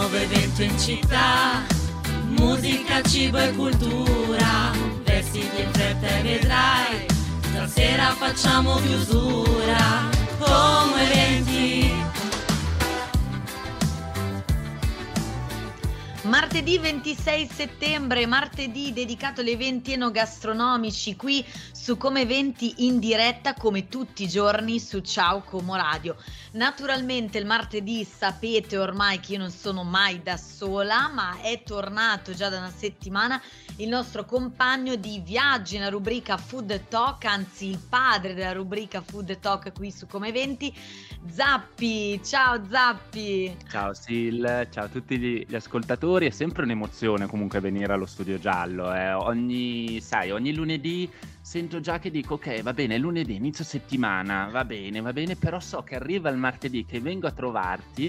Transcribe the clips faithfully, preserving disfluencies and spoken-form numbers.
nuovo evento in città, musica, cibo e cultura, vestiti in fretta e vedrai, stasera facciamo chiusura, Como Eventi. Martedì ventisei settembre, martedì dedicato agli eventi enogastronomici qui su Como Eventi in diretta come tutti i giorni su Ciao Como Radio. Naturalmente il martedì sapete ormai che io non sono mai da sola, ma è tornato già da una settimana il nostro compagno di viaggi nella rubrica Food Talk, anzi il padre della rubrica Food Talk qui su Como Eventi, Zappi. Ciao Zappi! Ciao Sil, ciao a tutti gli, gli ascoltatori, è sempre un'emozione comunque venire allo Studio Giallo, eh. ogni, sai, ogni lunedì sento già che dico ok va bene, lunedì inizio settimana, va bene, va bene, però so che arriva il martedì che vengo a trovarti,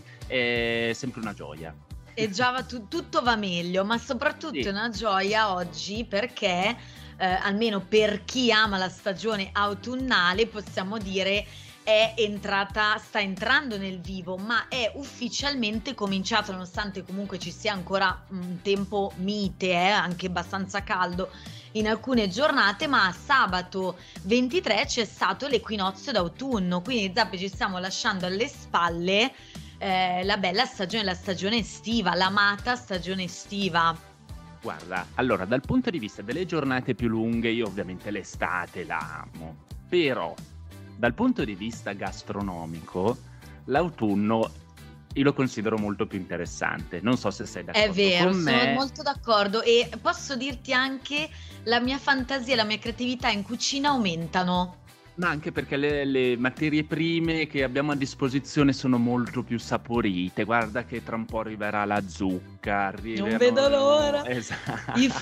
è sempre una gioia. E già va tu- tutto va meglio, ma soprattutto sì. È una gioia oggi perché eh, almeno per chi ama la stagione autunnale possiamo dire è entrata, sta entrando nel vivo, ma è ufficialmente cominciato, nonostante comunque ci sia ancora un tempo mite, eh, anche abbastanza caldo in alcune giornate, ma sabato ventitré c'è stato l'equinozio d'autunno, quindi Zappi ci stiamo lasciando alle spalle eh, la bella stagione, la stagione estiva, l'amata stagione estiva. Guarda, allora dal punto di vista delle giornate più lunghe io ovviamente l'estate la amo, però dal punto di vista gastronomico, l'autunno io lo considero molto più interessante. Non so se sei d'accordo con me. È vero, sono molto d'accordo e posso dirti anche la mia fantasia e la mia creatività in cucina aumentano. Ma anche perché le, le materie prime che abbiamo a disposizione sono molto più saporite. Guarda che tra un po' arriverà la zucca, arriverà... Non vedo l'ora! Esatto. I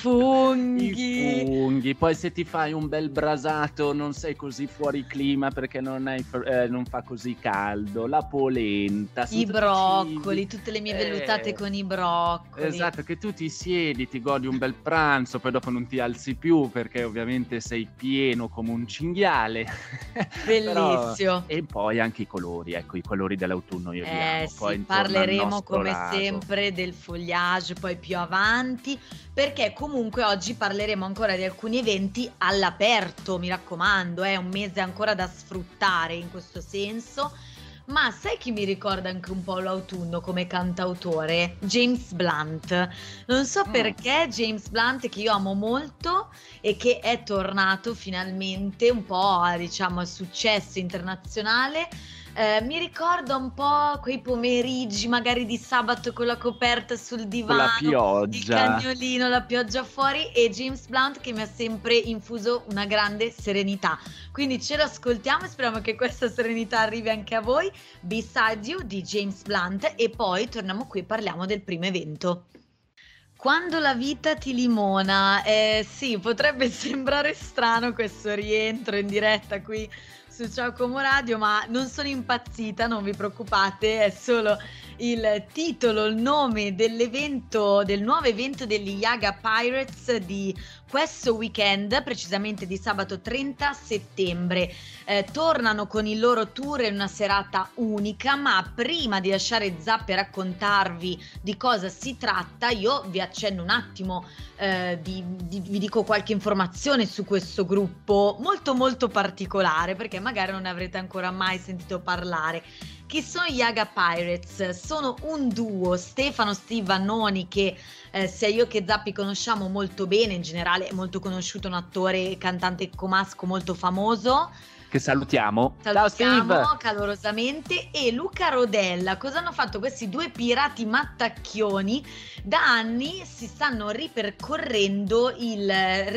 funghi! I funghi. Poi se ti fai un bel brasato non sei così fuori clima perché non, hai, eh, non fa così caldo. La polenta. I broccoli, cibi. Tutte le mie vellutate eh, con i broccoli. Esatto, che tu ti siedi, ti godi un bel pranzo, poi dopo non ti alzi più perché ovviamente sei pieno come un cinghiale. Bellissimo. Però, e poi anche i colori, ecco, i colori dell'autunno io li eh, amo. sì, Poi parleremo come lago. sempre del foliage poi più avanti, perché comunque oggi parleremo ancora di alcuni eventi all'aperto, mi raccomando, è un mese ancora da sfruttare in questo senso. Ma sai chi mi ricorda anche un po' l'autunno come cantautore? James Blunt. Non so Mm. perché James Blunt, che io amo molto e che è tornato finalmente un po' a, diciamo, al successo internazionale. Eh, mi ricorda un po' quei pomeriggi magari di sabato con la coperta sul divano, la pioggia, il cagnolino, la pioggia fuori, e James Blunt che mi ha sempre infuso una grande serenità. Quindi ce lo ascoltiamo e speriamo che questa serenità arrivi anche a voi. Beside You di James Blunt, e poi torniamo qui e parliamo del primo evento. Quando la vita ti limona, eh, sì, potrebbe sembrare strano questo rientro in diretta qui su Ciao Como Radio, ma non sono impazzita, non vi preoccupate, è solo il titolo, il nome dell'evento, del nuovo evento degli Yaga Pirates di questo weekend, precisamente di sabato trenta settembre. Eh, tornano con il loro tour in una serata unica, ma prima di lasciare Zappi a raccontarvi di cosa si tratta, io vi accenno un attimo, eh, di, di, vi dico qualche informazione su questo gruppo molto molto particolare, perché magari non ne avrete ancora mai sentito parlare. Chi sono gli Yaga Pirates? Sono un duo, Stefano Steve Vannoni, che eh, sia io che Zappi conosciamo molto bene, in generale è molto conosciuto, un attore e cantante comasco molto famoso. Che salutiamo. Salutiamo Ciao Steve. calorosamente. E Luca Rodella. Cosa hanno fatto questi due pirati mattacchioni? Da anni si stanno ripercorrendo il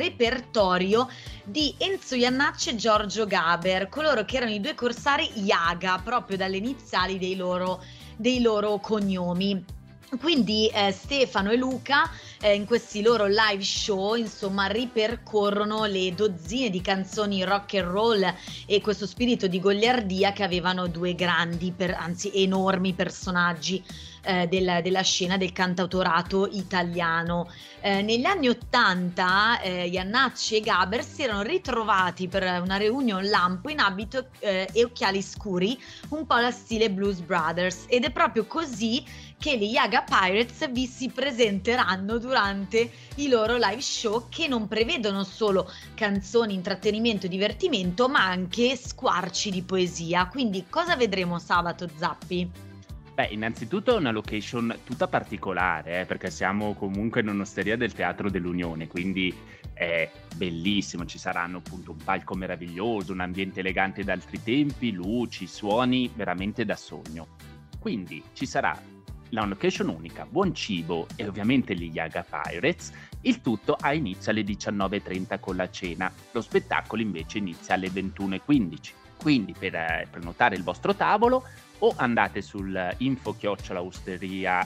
repertorio di Enzo Jannacci e Giorgio Gaber, coloro che erano i due corsari Yaga, proprio dalle iniziali dei loro, dei loro cognomi. Quindi eh, Stefano e Luca eh, in questi loro live show insomma ripercorrono le dozzine di canzoni rock and roll e questo spirito di goliardia che avevano due grandi, per, anzi enormi personaggi eh, del, della scena del cantautorato italiano. Eh, negli anni ottanta eh, Iannacci e Gaber si erano ritrovati per una reunion lampo in abito eh, e occhiali scuri, un po' alla stile Blues Brothers, ed è proprio così che gli Yaga Pirates vi si presenteranno durante i loro live show, che non prevedono solo canzoni, intrattenimento e divertimento, ma anche squarci di poesia. Quindi cosa vedremo sabato, Zappi? Beh, innanzitutto è una location tutta particolare, eh, perché siamo comunque in un'osteria del Teatro dell'Unione, quindi è bellissimo, ci saranno appunto un palco meraviglioso, un ambiente elegante d'altri tempi, luci, suoni veramente da sogno. Quindi ci sarà la location unica, buon cibo e ovviamente gli Yaga Pirates. Il tutto ha inizio alle diciannove e trenta con la cena, lo spettacolo invece inizia alle ventuno e quindici. Quindi per eh, prenotare il vostro tavolo o andate sul info chiocciola osteria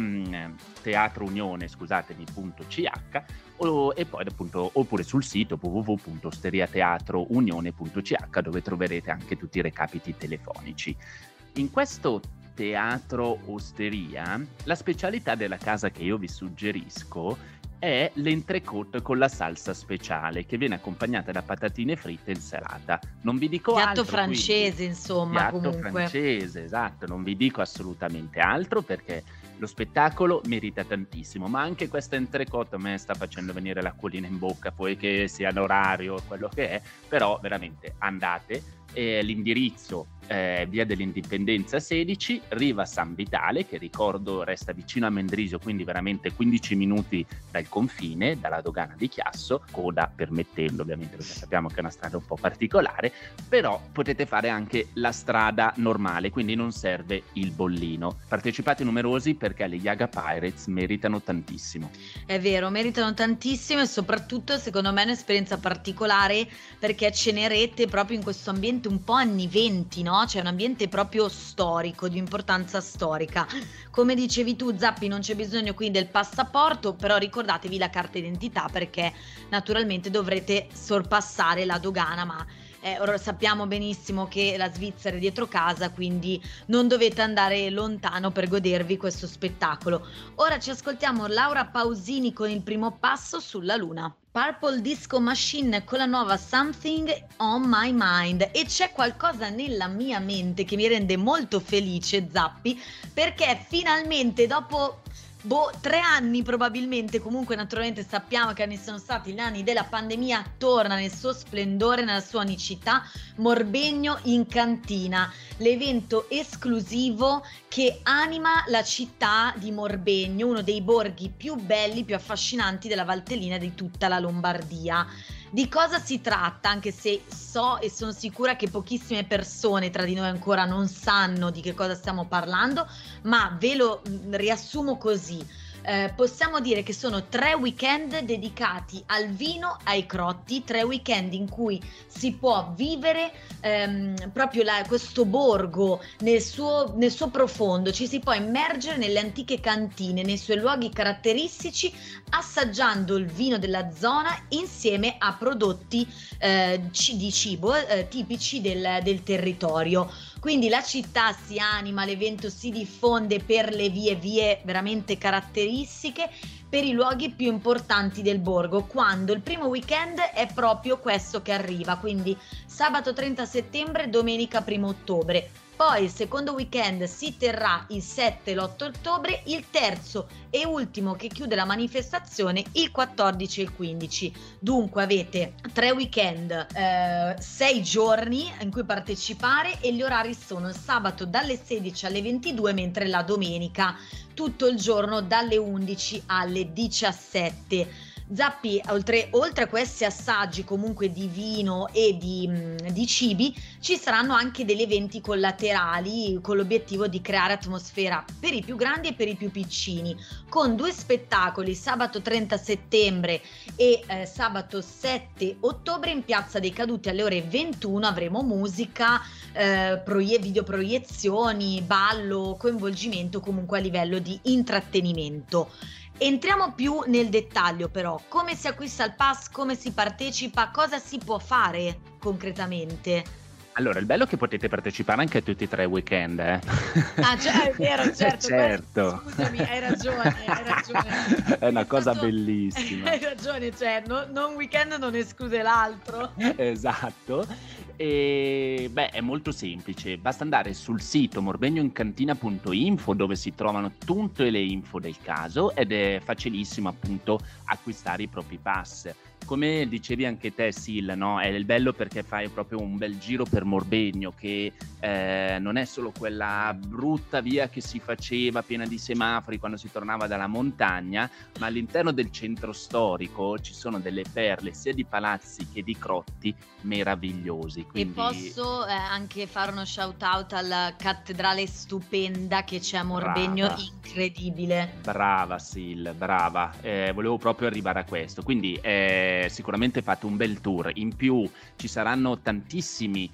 teatro unione scusatemi punto ch o, e poi appunto oppure sul sito w w w punto osteriateatro unione punto c h, dove troverete anche tutti i recapiti telefonici. In questo teatro osteria la specialità della casa che io vi suggerisco è l'entrecôte con la salsa speciale, che viene accompagnata da patatine fritte in insalata. Non vi dico piatto altro, francese, quindi, insomma, piatto comunque francese, esatto, non vi dico assolutamente altro, perché lo spettacolo merita tantissimo, ma anche questa entrecôte a me sta facendo venire l'acquolina in bocca, poi che sia l'orario quello che è, però veramente andate. Eh, l'indirizzo eh, via dell'Indipendenza sedici, Riva San Vitale, che ricordo resta vicino a Mendrisio, quindi veramente quindici minuti dal confine, dalla dogana di Chiasso, coda permettendo ovviamente, perché sappiamo che è una strada un po' particolare, però potete fare anche la strada normale, quindi non serve il bollino. Partecipate numerosi, perché le Yaga Pirates meritano tantissimo. È vero, meritano tantissimo, e soprattutto secondo me è un'esperienza particolare, perché cenerete proprio in questo ambiente un po' anni venti, no? C'è un ambiente proprio storico, di importanza storica. Come dicevi tu, Zappi, non c'è bisogno qui del passaporto, però ricordatevi la carta d'identità, perché naturalmente dovrete sorpassare la dogana, ma Eh, ora sappiamo benissimo che la Svizzera è dietro casa, quindi non dovete andare lontano per godervi questo spettacolo. Ora ci ascoltiamo Laura Pausini con Il primo passo sulla luna. Purple Disco Machine con la nuova Something on My Mind, e c'è qualcosa nella mia mente che mi rende molto felice, Zappi, perché finalmente dopo Boh, tre anni probabilmente, comunque naturalmente sappiamo che anni sono stati gli anni della pandemia, torna nel suo splendore, nella sua unicità, Morbegno in Cantina, l'evento esclusivo che anima la città di Morbegno, uno dei borghi più belli, più affascinanti della Valtellina, di tutta la Lombardia. Di cosa si tratta? Anche se so e sono sicura che pochissime persone tra di noi ancora non sanno di che cosa stiamo parlando, ma ve lo riassumo così. Eh, possiamo dire che sono tre weekend dedicati al vino, ai crotti, tre weekend in cui si può vivere ehm, proprio la, questo borgo nel suo, nel suo profondo, ci si può immergere nelle antiche cantine, nei suoi luoghi caratteristici, assaggiando il vino della zona insieme a prodotti eh, di cibo eh, tipici del, del territorio. Quindi la città si anima, l'evento si diffonde per le vie vie veramente caratteristiche, per i luoghi più importanti del borgo, quando il primo weekend è proprio questo che arriva, quindi sabato trenta settembre, domenica primo ottobre. Poi il secondo weekend si terrà il sette e l'otto ottobre, il terzo e ultimo che chiude la manifestazione il quattordici e il quindici. Dunque avete tre weekend, eh, sei giorni in cui partecipare, e gli orari sono il sabato dalle sedici alle ventidue, mentre la domenica tutto il giorno dalle undici alle diciassette. Zappi, oltre, oltre a questi assaggi comunque di vino e di, di cibi, ci saranno anche degli eventi collaterali con l'obiettivo di creare atmosfera per i più grandi e per i più piccini, con due spettacoli sabato trenta settembre e eh, sabato sette ottobre. In Piazza dei Caduti alle ore ventuno avremo musica, eh, proie- videoproiezioni, ballo, coinvolgimento comunque a livello di intrattenimento. Entriamo più nel dettaglio però: come si acquista il pass, come si partecipa, cosa si può fare concretamente? Allora, il bello è che potete partecipare anche a tutti e tre i weekend, eh. Ah, cioè, è vero, certo. Certo. Questo, scusami, hai ragione, hai ragione. È una cosa stato- bellissima. Hai ragione, cioè, no- non weekend non esclude l'altro. Esatto. E beh, è molto semplice, basta andare sul sito morbegnoincantina punto info dove si trovano tutte le info del caso ed è facilissimo appunto acquistare i propri pass. Come dicevi anche te, Sil, no? È il bello perché fai proprio un bel giro per Morbegno che eh, non è solo quella brutta via che si faceva piena di semafori quando si tornava dalla montagna, ma all'interno del centro storico ci sono delle perle sia di palazzi che di crotti meravigliosi. Quindi... E posso eh, anche fare uno shout out alla cattedrale stupenda che c'è a Morbegno, Brava. incredibile. Brava Sil, brava, eh, volevo proprio arrivare a questo, quindi eh, sicuramente fate un bel tour, in più ci saranno tantissimi,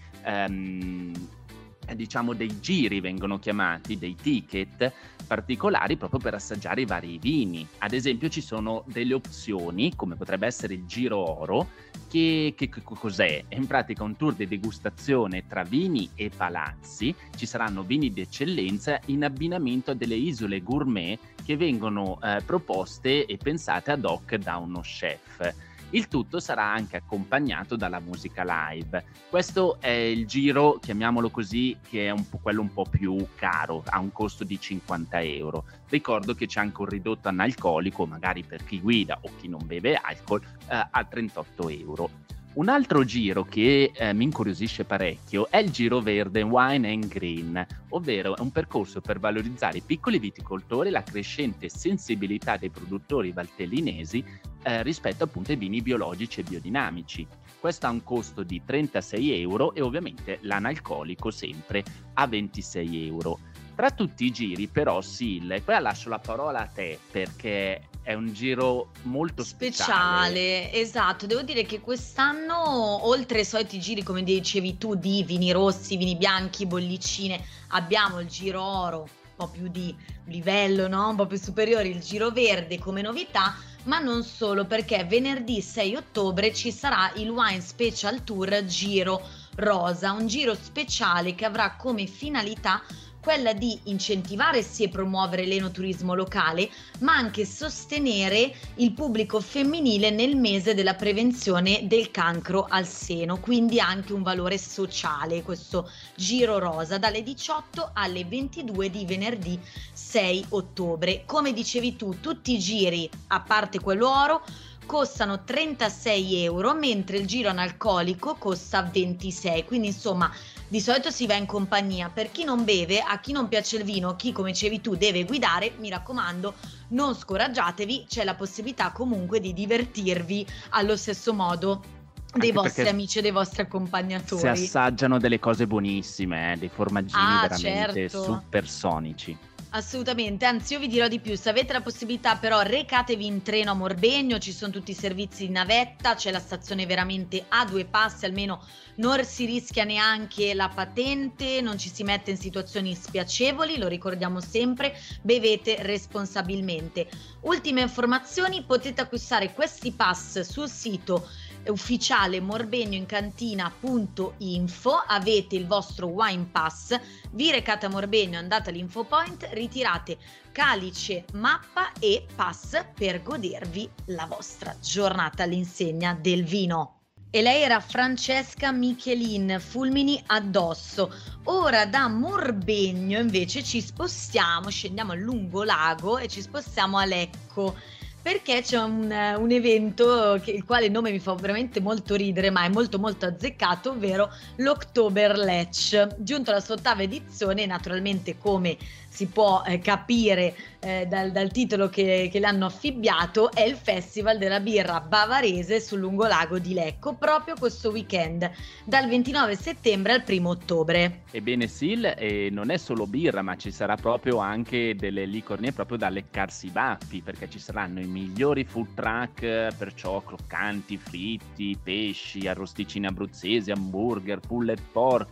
ehm, eh, diciamo dei giri vengono chiamati, dei ticket particolari proprio per assaggiare i vari vini, ad esempio ci sono delle opzioni come potrebbe essere il Giro Oro, che, che, che cos'è? È in pratica un tour di degustazione tra vini e palazzi, ci saranno vini di eccellenza in abbinamento a delle isole gourmet che vengono eh, proposte e pensate ad hoc da uno chef. Il tutto sarà anche accompagnato dalla musica live. Questo è il giro, chiamiamolo così, che è un po' quello un po' più caro, ha un costo di cinquanta euro. Ricordo che c'è anche un ridotto analcolico, magari per chi guida o chi non beve alcol, eh, a trentotto euro. Un altro giro che eh, mi incuriosisce parecchio è il Giro Verde Wine and Green, ovvero è un percorso per valorizzare i piccoli viticoltori e la crescente sensibilità dei produttori valtellinesi eh, rispetto appunto ai vini biologici e biodinamici. Questo ha un costo di trentasei euro e ovviamente l'analcolico sempre a ventisei euro. Tra tutti i giri però, Sil, e poi lascio la parola a te perché è un giro molto speciale. Speciale, esatto. Devo dire che quest'anno, oltre ai soliti giri, come dicevi tu, di vini rossi, vini bianchi, bollicine, abbiamo il Giro Oro, un po' più di livello, no? Un po' più superiore, il Giro Verde come novità, ma non solo, perché venerdì sei ottobre ci sarà il Wine Special Tour Giro Rosa, un giro speciale che avrà come finalità quella di incentivare sì e promuovere l'enoturismo locale, ma anche sostenere il pubblico femminile nel mese della prevenzione del cancro al seno, quindi anche un valore sociale questo Giro Rosa dalle diciotto alle ventidue di venerdì sei ottobre. Come dicevi tu, tutti i giri, a parte quello oro, costano trentasei euro, mentre il giro analcolico costa ventisei, quindi insomma di solito si va in compagnia. Per chi non beve, a chi non piace il vino, chi come dicevi tu deve guidare, mi raccomando, non scoraggiatevi, c'è la possibilità comunque di divertirvi allo stesso modo dei Anche vostri perché amici e dei vostri accompagnatori. si assaggiano delle cose buonissime, eh, dei formaggini Ah, veramente certo. supersonici. Assolutamente, anzi io vi dirò di più, se avete la possibilità però recatevi in treno a Morbegno, ci sono tutti i servizi di navetta, c'è la stazione veramente a due passi, almeno non si rischia neanche la patente, non ci si mette in situazioni spiacevoli, lo ricordiamo sempre, bevete responsabilmente. Ultime informazioni, potete acquistare questi pass sul sito ufficiale morbegnoincantina punto info, avete il vostro wine pass, vi recate a Morbegno, andate all'info point, ritirate calice, mappa e pass per godervi la vostra giornata all'insegna del vino. E lei era Francesca Michelin, fulmini addosso. Ora da Morbegno invece ci spostiamo, scendiamo a Lungolago e ci spostiamo a Lecco, perché c'è un, un evento che, il quale il nome mi fa veramente molto ridere, ma è molto molto azzeccato, ovvero l'Oktoberletsch, giunto alla sua ottava edizione, naturalmente come si può eh, capire eh, dal, dal titolo che, che l'hanno affibbiato, è il Festival della birra bavarese sul lungolago di Lecco, proprio questo weekend, dal ventinove settembre al primo ottobre. Ebbene Sil, e non è solo birra, ma ci sarà proprio anche delle licornie proprio da leccarsi i baffi, perché ci saranno i migliori food truck, perciò croccanti, fritti, pesci, arrosticini abruzzesi, hamburger, pulled pork,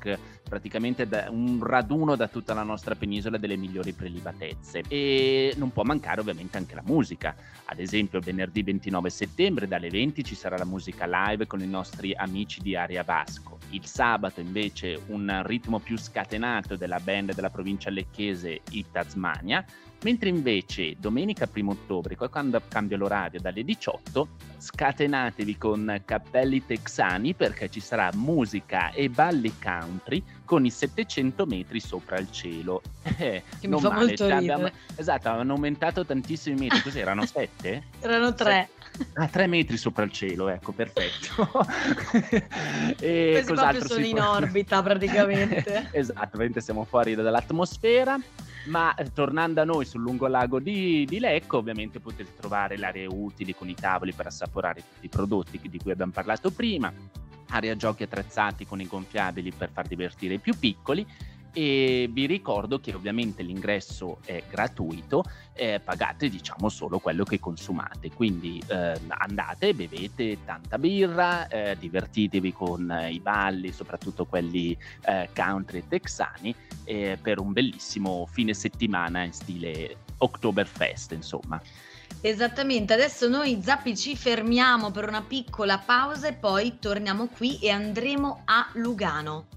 praticamente da, un raduno da tutta la nostra penisola delle migliori prelibatezze. E non può mancare ovviamente anche la musica. Ad esempio venerdì ventinove settembre dalle venti ci sarà la musica live con i nostri amici di Aria Vasco. Il sabato invece un ritmo più scatenato della band della provincia lecchese, i Tasmania, mentre invece domenica primo ottobre, quando cambia l'orario dalle diciotto, scatenatevi con Cappelli Texani perché ci sarà musica e balli country con i settecento metri sopra il cielo. Eh, Che mi non fa male, molto cioè abbiamo- ridere. esatto, hanno aumentato tantissimi metri, così erano sette? Erano tre. Ah, tre metri sopra il cielo, ecco, perfetto. E Questi proprio cos'altro sono si in può- orbita praticamente. Esatto, ovviamente siamo fuori dall'atmosfera, ma eh, tornando a noi sul lungolago di, di Lecco, ovviamente potete trovare le aree utili con i tavoli per assaporare tutti i prodotti di cui abbiamo parlato prima, area giochi attrezzati con i gonfiabili per far divertire i più piccoli. E vi ricordo che ovviamente l'ingresso è gratuito, eh, pagate diciamo solo quello che consumate, quindi eh, andate, bevete tanta birra, eh, divertitevi con eh, i balli, soprattutto quelli eh, country e texani, eh, per un bellissimo fine settimana in stile Oktoberfest, insomma. Esattamente, adesso noi Zappi ci fermiamo per una piccola pausa e poi torniamo qui e andremo a Lugano.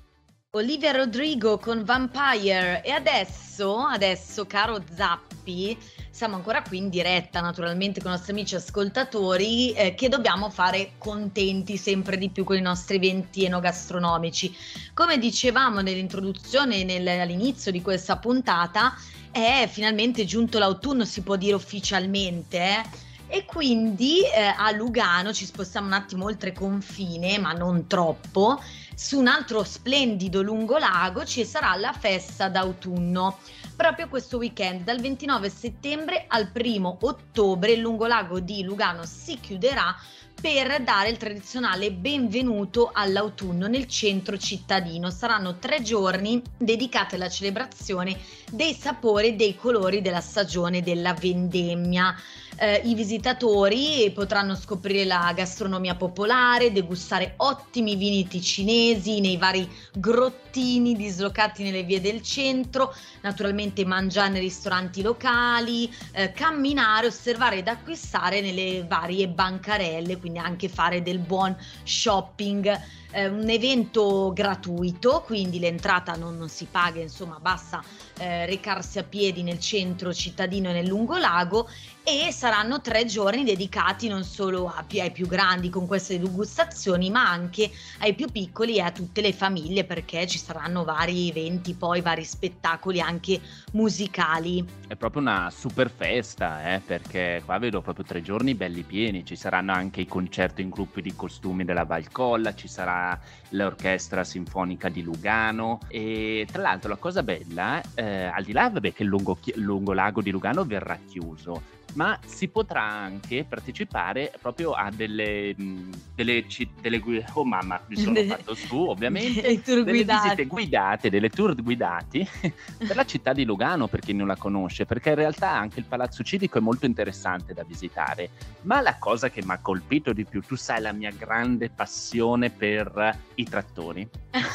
Olivia Rodrigo con Vampire e adesso, adesso caro Zappi, siamo ancora qui in diretta naturalmente con i nostri amici ascoltatori eh, che dobbiamo fare contenti sempre di più con i nostri eventi enogastronomici. Come dicevamo nell'introduzione, nel, all'inizio di questa puntata, è finalmente giunto l'autunno, si può dire ufficialmente, eh? E quindi eh, a Lugano ci spostiamo un attimo oltre confine, ma non troppo, su un altro splendido lungolago ci sarà la festa d'autunno. Proprio questo weekend, dal ventinove settembre al primo ottobre, il lungolago di Lugano si chiuderà per dare il tradizionale benvenuto all'autunno nel centro cittadino. Saranno tre giorni dedicati alla celebrazione dei sapori e dei colori della stagione della vendemmia. Eh, I visitatori potranno scoprire la gastronomia popolare, degustare ottimi vini ticinesi nei vari grottini dislocati nelle vie del centro, naturalmente mangiare nei ristoranti locali, eh, camminare, osservare ed acquistare nelle varie bancarelle, quindi anche fare del buon shopping. Eh, un evento gratuito, quindi l'entrata non, non si paga, insomma basta eh, recarsi a piedi nel centro cittadino e nel lungolago, e saranno tre giorni dedicati non solo a, ai più grandi con queste degustazioni, ma anche ai più piccoli e a tutte le famiglie, perché ci saranno vari eventi, poi vari spettacoli anche musicali. È proprio una super festa, eh, perché qua vedo proprio tre giorni belli pieni, ci saranno anche i concerti in gruppi di costumi della Valcolla, ci sarà l'orchestra sinfonica di Lugano e tra l'altro la cosa bella, eh, al di là vabbè, che il lungo, lungolago di Lugano verrà chiuso, ma si potrà anche partecipare proprio a delle mh, delle, ci- delle gui- oh mamma mi sono De- fatto su ovviamente dei tour delle guidati. visite guidate, delle tour guidati per la città di Lugano, per chi non la conosce, perché in realtà anche il Palazzo Civico è molto interessante da visitare. Ma la cosa che mi ha colpito di più, tu sai la mia grande passione per i trattori.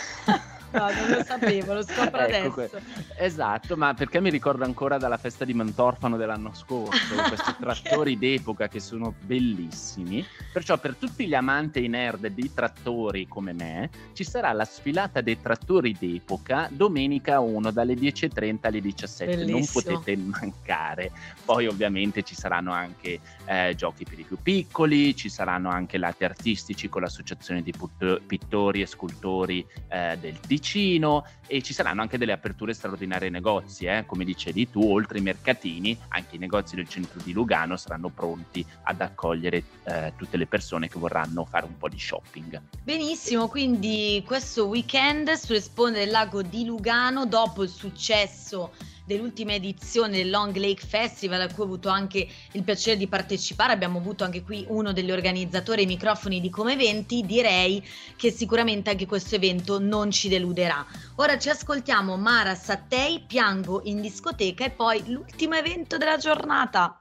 No, non lo sapevo, lo scopro Ecco adesso. que- esatto, ma perché mi ricordo ancora dalla festa di Mantorfano dell'anno scorso, questi trattori d'epoca che sono bellissimi. Perciò per tutti gli amanti e i nerd di trattori come me, ci sarà la sfilata dei trattori d'epoca domenica primo dalle dieci e trenta alle diciassette, non Bellissimo. potete mancare. Poi ovviamente ci saranno anche eh, giochi per i più piccoli, ci saranno anche lati artistici con l'associazione di put- pittori e scultori eh, del Ticino, e ci saranno anche delle aperture straordinarie ai negozi, eh? Come dicevi tu, oltre i mercatini, anche i negozi del centro di Lugano saranno pronti ad accogliere eh, tutte le persone che vorranno fare un po' di shopping. Benissimo, quindi questo weekend sulle sponde del lago di Lugano, dopo il successo dell'ultima edizione del Long Lake Festival, a cui ho avuto anche il piacere di partecipare, abbiamo avuto anche qui uno degli organizzatori ai microfoni di Come Eventi, direi che sicuramente anche questo evento non ci deluderà. Ora ci ascoltiamo Mara Sattei, Piango in discoteca, e poi l'ultimo evento della giornata.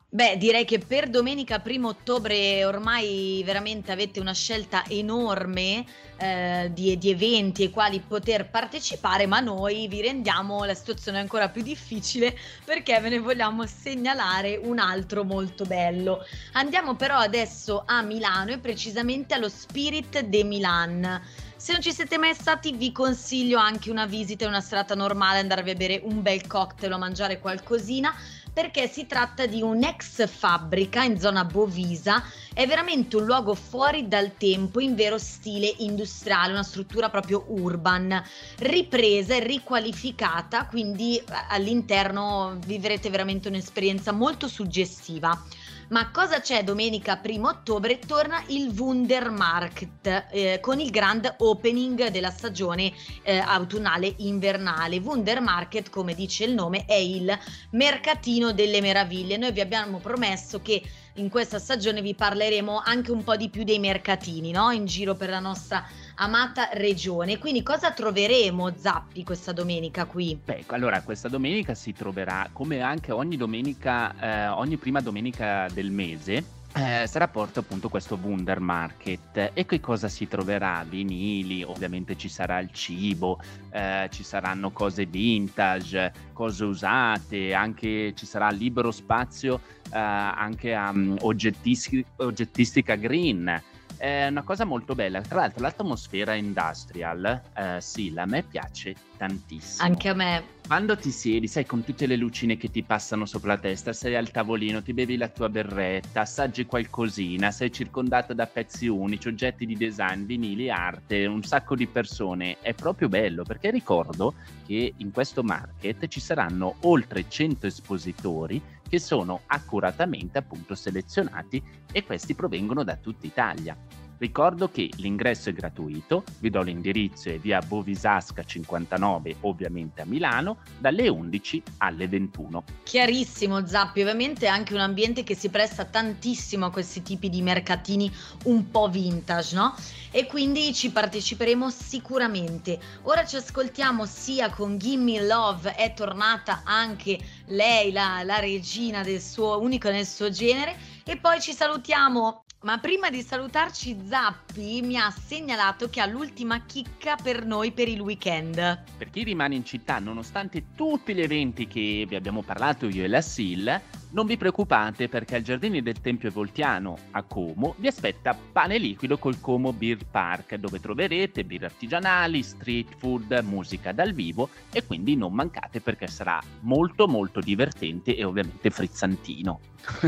Beh, direi che per domenica primo ottobre ormai veramente avete una scelta enorme eh, di, di eventi ai quali poter partecipare, ma noi vi rendiamo la situazione ancora più difficile perché ve ne vogliamo segnalare un altro molto bello. Andiamo però adesso a Milano e precisamente allo Spirit de Milan. Se non ci siete mai stati, vi consiglio anche una visita in una serata normale, andarvi a bere un bel cocktail o mangiare qualcosina, perché si tratta di un'ex fabbrica in zona Bovisa. È veramente un luogo fuori dal tempo, in vero stile industriale, una struttura proprio urban, ripresa e riqualificata, quindi all'interno vivrete veramente un'esperienza molto suggestiva. Ma cosa c'è domenica primo ottobre? Torna il Wundermarkt eh, con il grand opening della stagione eh, autunnale invernale. Wundermarkt, come dice il nome, è il mercatino delle meraviglie. Noi vi abbiamo promesso che in questa stagione vi parleremo anche un po' di più dei mercatini, no? In giro per la nostra amata regione. Quindi cosa troveremo, Zappi, questa domenica qui? Beh, allora questa domenica si troverà, come anche ogni domenica, eh, ogni prima domenica del mese, eh, sarà porto appunto questo Wundermarkt. E che cosa si troverà? Vinili, ovviamente ci sarà il cibo, eh, ci saranno cose vintage, cose usate, anche ci sarà libero spazio eh, anche a um, oggettistica, oggettistica green. È una cosa molto bella. Tra l'altro l'atmosfera industrial, eh, sì, a me piace tantissimo. Anche a me. Quando ti siedi, sai, con tutte le lucine che ti passano sopra la testa, sei al tavolino, ti bevi la tua berretta, assaggi qualcosina, sei circondato da pezzi unici, oggetti di design, vinili, arte, un sacco di persone. È proprio bello, perché ricordo che in questo market ci saranno oltre cento espositori che sono accuratamente appunto selezionati, e questi provengono da tutta Italia. Ricordo che l'ingresso è gratuito, vi do l'indirizzo, è via Bovisasca cinquantanove, ovviamente a Milano, dalle undici alle ventuno. Chiarissimo, Zappi, ovviamente è anche un ambiente che si presta tantissimo a questi tipi di mercatini un po' vintage, no? E quindi ci parteciperemo sicuramente. Ora ci ascoltiamo sia con Gimme Love, è tornata anche lei, la, la regina del suo, unica nel suo genere, e poi ci salutiamo. Ma prima di salutarci, Zappi mi ha segnalato che ha l'ultima chicca per noi per il weekend. Per chi rimane in città, nonostante tutti gli eventi che vi abbiamo parlato io e la Sil, non vi preoccupate, perché al Giardini del Tempio Voltiano a Como vi aspetta Pane Liquido col Como Beer Park, dove troverete birre artigianali, street food, musica dal vivo, e quindi non mancate, perché sarà molto molto divertente e ovviamente frizzantino.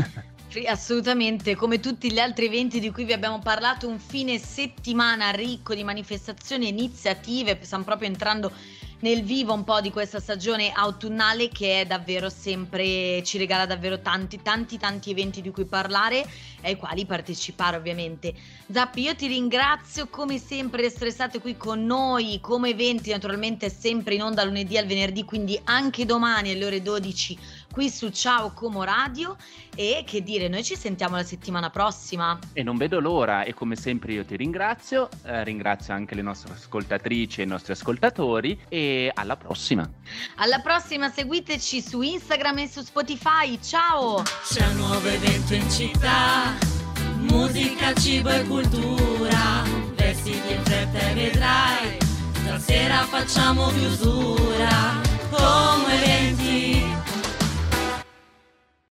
Assolutamente, come tutti gli altri eventi di cui vi abbiamo parlato, un fine settimana ricco di manifestazioni e iniziative. Stiamo proprio entrando nel vivo un po' di questa stagione autunnale, che è davvero sempre, ci regala davvero tanti tanti tanti eventi di cui parlare e ai quali partecipare, ovviamente. Zappi, io ti ringrazio come sempre di essere state qui con noi. Come eventi naturalmente sempre in onda lunedì al venerdì, quindi anche domani alle ore dodici qui su Ciao Como Radio. E che dire, noi ci sentiamo la settimana prossima. E non vedo l'ora, e come sempre io ti ringrazio, eh, ringrazio anche le nostre ascoltatrici e i nostri ascoltatori, e alla prossima. Alla prossima, seguiteci su Instagram e su Spotify. Ciao! C'è un nuovo evento in città, musica, cibo e cultura, vestiti in fretta e vedrai, stasera facciamo chiusura.